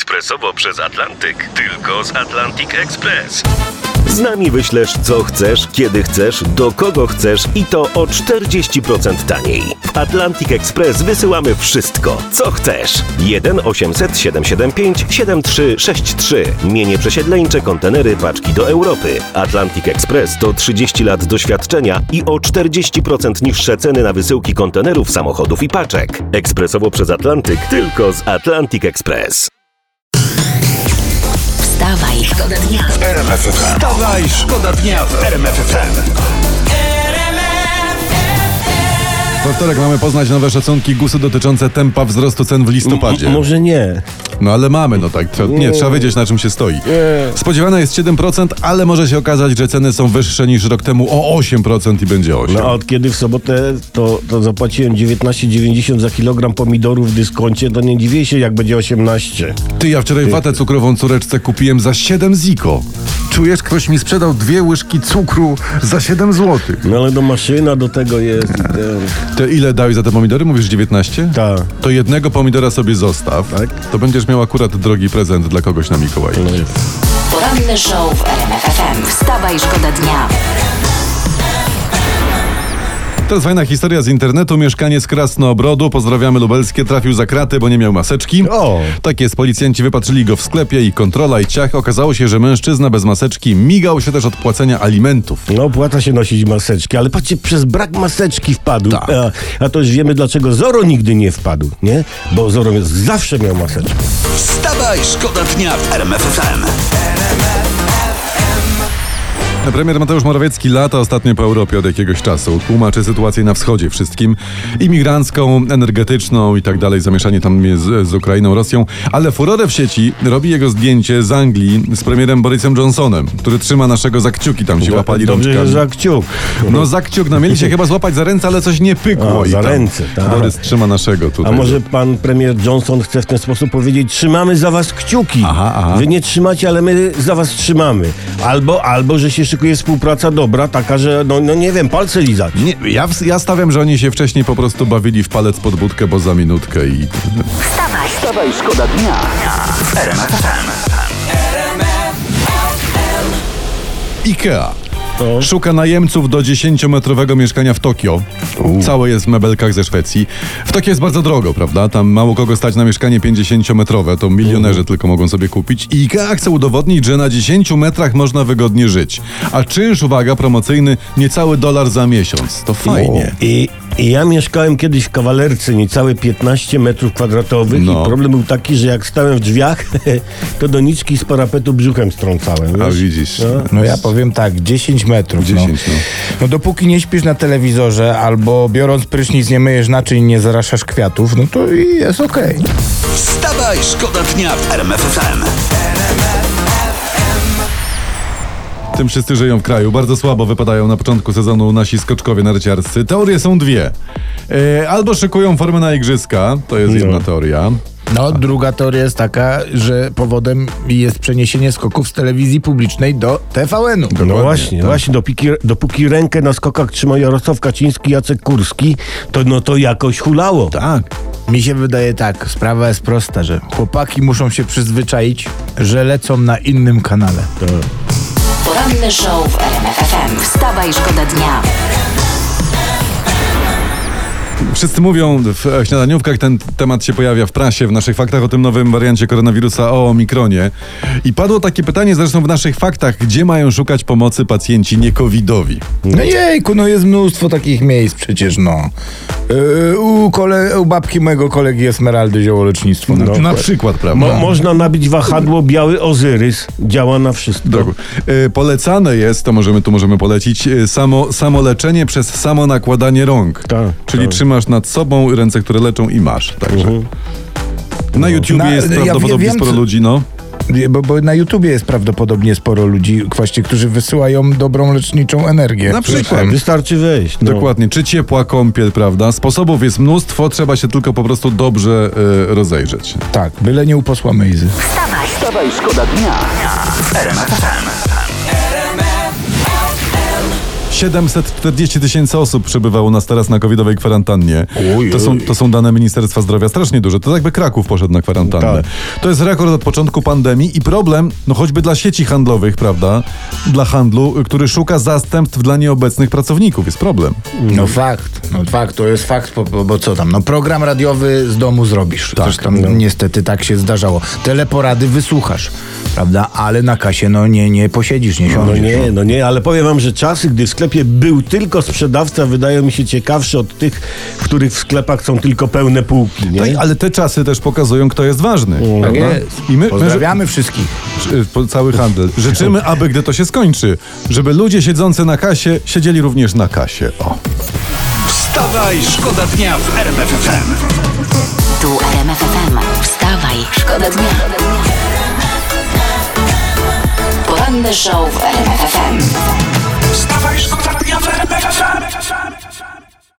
ekspresowo przez Atlantyk. Tylko z Atlantic Express. Z nami wyślesz co chcesz, kiedy chcesz, do kogo chcesz i to o 40% taniej. W Atlantic Express wysyłamy wszystko, co chcesz. 1 800 775 7363. Mienie przesiedleńcze, kontenery, paczki do Europy. Atlantic Express to 30 lat doświadczenia i o 40% niższe ceny na wysyłki kontenerów, samochodów i paczek. Ekspresowo przez Atlantyk, tylko z Atlantic Express. Wstawaj, szkoda dnia w RMF FM. Wstawaj, szkoda dnia w RMF FM. We wtorek mamy poznać nowe szacunki GUS-u dotyczące tempa wzrostu cen w listopadzie. Może nie. No ale mamy, trzeba wiedzieć, na czym się stoi. Spodziewane jest 7%, ale może się okazać, że ceny są wyższe niż rok temu o 8% i będzie 8%. No a od kiedy w sobotę to zapłaciłem 19,90 za kilogram pomidorów w dyskoncie, to nie dziwię się, jak będzie 18. Ty, ja wczoraj watę cukrową córeczce kupiłem za 7 ziko. Czujesz, ktoś mi sprzedał 2 łyżki cukru za 7 zł. No ale maszyna do tego jest. To ile dałeś za te pomidory? Mówisz 19? Tak. To jednego pomidora sobie zostaw. Tak. To będziesz miał akurat drogi prezent dla kogoś na Mikołaja. No jest. Poranny show w RMF FM. Wstawaj, szkoda dnia. Teraz fajna historia z internetu. Mieszkaniec Krasnobrodu, pozdrawiamy lubelskie, trafił za kraty, bo nie miał maseczki. O! Tak jest, policjanci wypatrzyli go w sklepie i kontrola i ciach. Okazało się, że mężczyzna bez maseczki migał się też od płacenia alimentów. No opłaca się nosić maseczki, ale patrzcie, przez brak maseczki wpadł. Tak. A to już wiemy, dlaczego Zoro nigdy nie wpadł, nie? Bo Zoro zawsze miał maseczkę. Wstawaj, szkoda dnia w RMF FM. Premier Mateusz Morawiecki lata ostatnio po Europie od jakiegoś czasu. Tłumaczy sytuację na wschodzie wszystkim. Imigrancką, energetyczną i tak dalej. Zamieszanie tam jest z Ukrainą, Rosją. Ale furorę w sieci robi jego zdjęcie z Anglii z premierem Borisem Johnsonem, który trzyma naszego za kciuki. Tam się łapali Dobrze, rączkami. że za kciuk. No za kciuk. No mieli się chyba złapać za ręce, ale coś nie pykło. A, i za tam ręce, tak. Borys trzyma naszego A tutaj. może pan premier Johnson chce w ten sposób powiedzieć: trzymamy za was kciuki. Aha. Wy nie trzymacie, ale my za was trzymamy. Albo że się szykuje współpraca dobra, taka, że no nie wiem, palce lizać. Nie, ja stawiam, że oni się wcześniej po prostu bawili w palec pod budkę, bo za minutkę i... Wstawaj, szkoda dnia w RMF FM. IKEA To? szuka najemców do 10-metrowego mieszkania w Tokio. Całe jest w mebelkach ze Szwecji. W Tokio jest bardzo drogo, prawda? Tam mało kogo stać na mieszkanie 50-metrowe. To milionerzy tylko mogą sobie kupić. I IKEA chce udowodnić, że na 10 metrach można wygodnie żyć. A czynsz, uwaga, promocyjny niecały $1 za miesiąc. To fajnie. I ja mieszkałem kiedyś w kawalerce, niecałe 15 metrów kwadratowych No. i problem był taki, że jak stałem w drzwiach, to doniczki z parapetu brzuchem strącałem. A wiesz? widzisz. No ja powiem tak, 10 metrów. 10, no. No dopóki nie śpisz na telewizorze albo biorąc prysznic nie myjesz naczyń i nie zaraszasz kwiatów, no to i jest okej. Wstawaj, szkoda dnia w RMF FM. Tym wszyscy żyją w kraju. Bardzo słabo wypadają na początku sezonu nasi skoczkowie narciarscy. Teorie są dwie. Albo szykują formę na igrzyska. To jest jedna teoria. No, druga teoria jest taka, że powodem jest przeniesienie skoków z telewizji publicznej do TVN-u. No właśnie, dopóki rękę na skokach trzyma Jarosław Kaczyński, Jacek Kurski, to jakoś hulało. Tak. Mi się wydaje tak, sprawa jest prosta, że chłopaki muszą się przyzwyczaić, że lecą na innym kanale. Poranny show w RMF FM. Wstawaj, szkoda dnia. Wszyscy mówią w śniadaniówkach, ten temat się pojawia w prasie, w naszych faktach o tym nowym wariancie koronawirusa, o Omikronie. I padło takie pytanie zresztą w naszych faktach, gdzie mają szukać pomocy pacjenci nie-covidowi? No jejku, no jest mnóstwo takich miejsc przecież, no. U babki mojego kolegi Esmeraldy ziołolecznictwo. No, na przykład, prawda? Można nabić wahadło Biały Ozyrys. Działa na wszystko. Polecane jest, to możemy polecić, samoleczenie przez samo nakładanie rąk. Tak, Czyli tak. trzymasz nad sobą ręce, które leczą i masz. Także. Na YouTubie jest prawdopodobnie sporo ludzi, no. Bo na YouTubie jest prawdopodobnie sporo ludzi, właśnie, którzy wysyłają dobrą leczniczą energię. Na przykład. Wystarczy wejść. No. Dokładnie. Czy ciepła kąpiel, prawda? Sposobów jest mnóstwo, trzeba się tylko po prostu dobrze rozejrzeć. Tak, byle nie u posła Mejzy. Wstawaj, szkoda dnia w RMF FM. 740 000 osób przebywało nas teraz na covidowej kwarantannie. Oj, To są dane Ministerstwa Zdrowia, strasznie duże. To jakby Kraków poszedł na kwarantannę. Tak. To jest rekord od początku pandemii i problem, no choćby dla sieci handlowych, prawda? Dla handlu, który szuka zastępstw dla nieobecnych pracowników. Jest problem. No fakt, to jest fakt, bo co tam, no program radiowy z domu zrobisz. Tak, Zresztą niestety tak się zdarzało. Teleporady wysłuchasz, prawda? Ale na kasie no nie posiedzisz, nie siądziesz. No nie, ale powiem wam, że czasy, gdy w sklepie był tylko sprzedawca, wydają mi się ciekawsze od tych, w których w sklepach są tylko pełne półki, nie? Tak, ale te czasy też pokazują, kto jest ważny. Tak prawda? jest. I my, Pozdrawiamy wszystkich. cały handel. Życzymy, aby gdy to się skończy, żeby ludzie siedzący na kasie siedzieli również na kasie. O. Wstawaj, szkoda dnia w RMF FM. Tu RMF FM. Wstawaj, szkoda dnia. Poranny show w RMF FM. Wstawaj, szkoda dnia w RMF FM.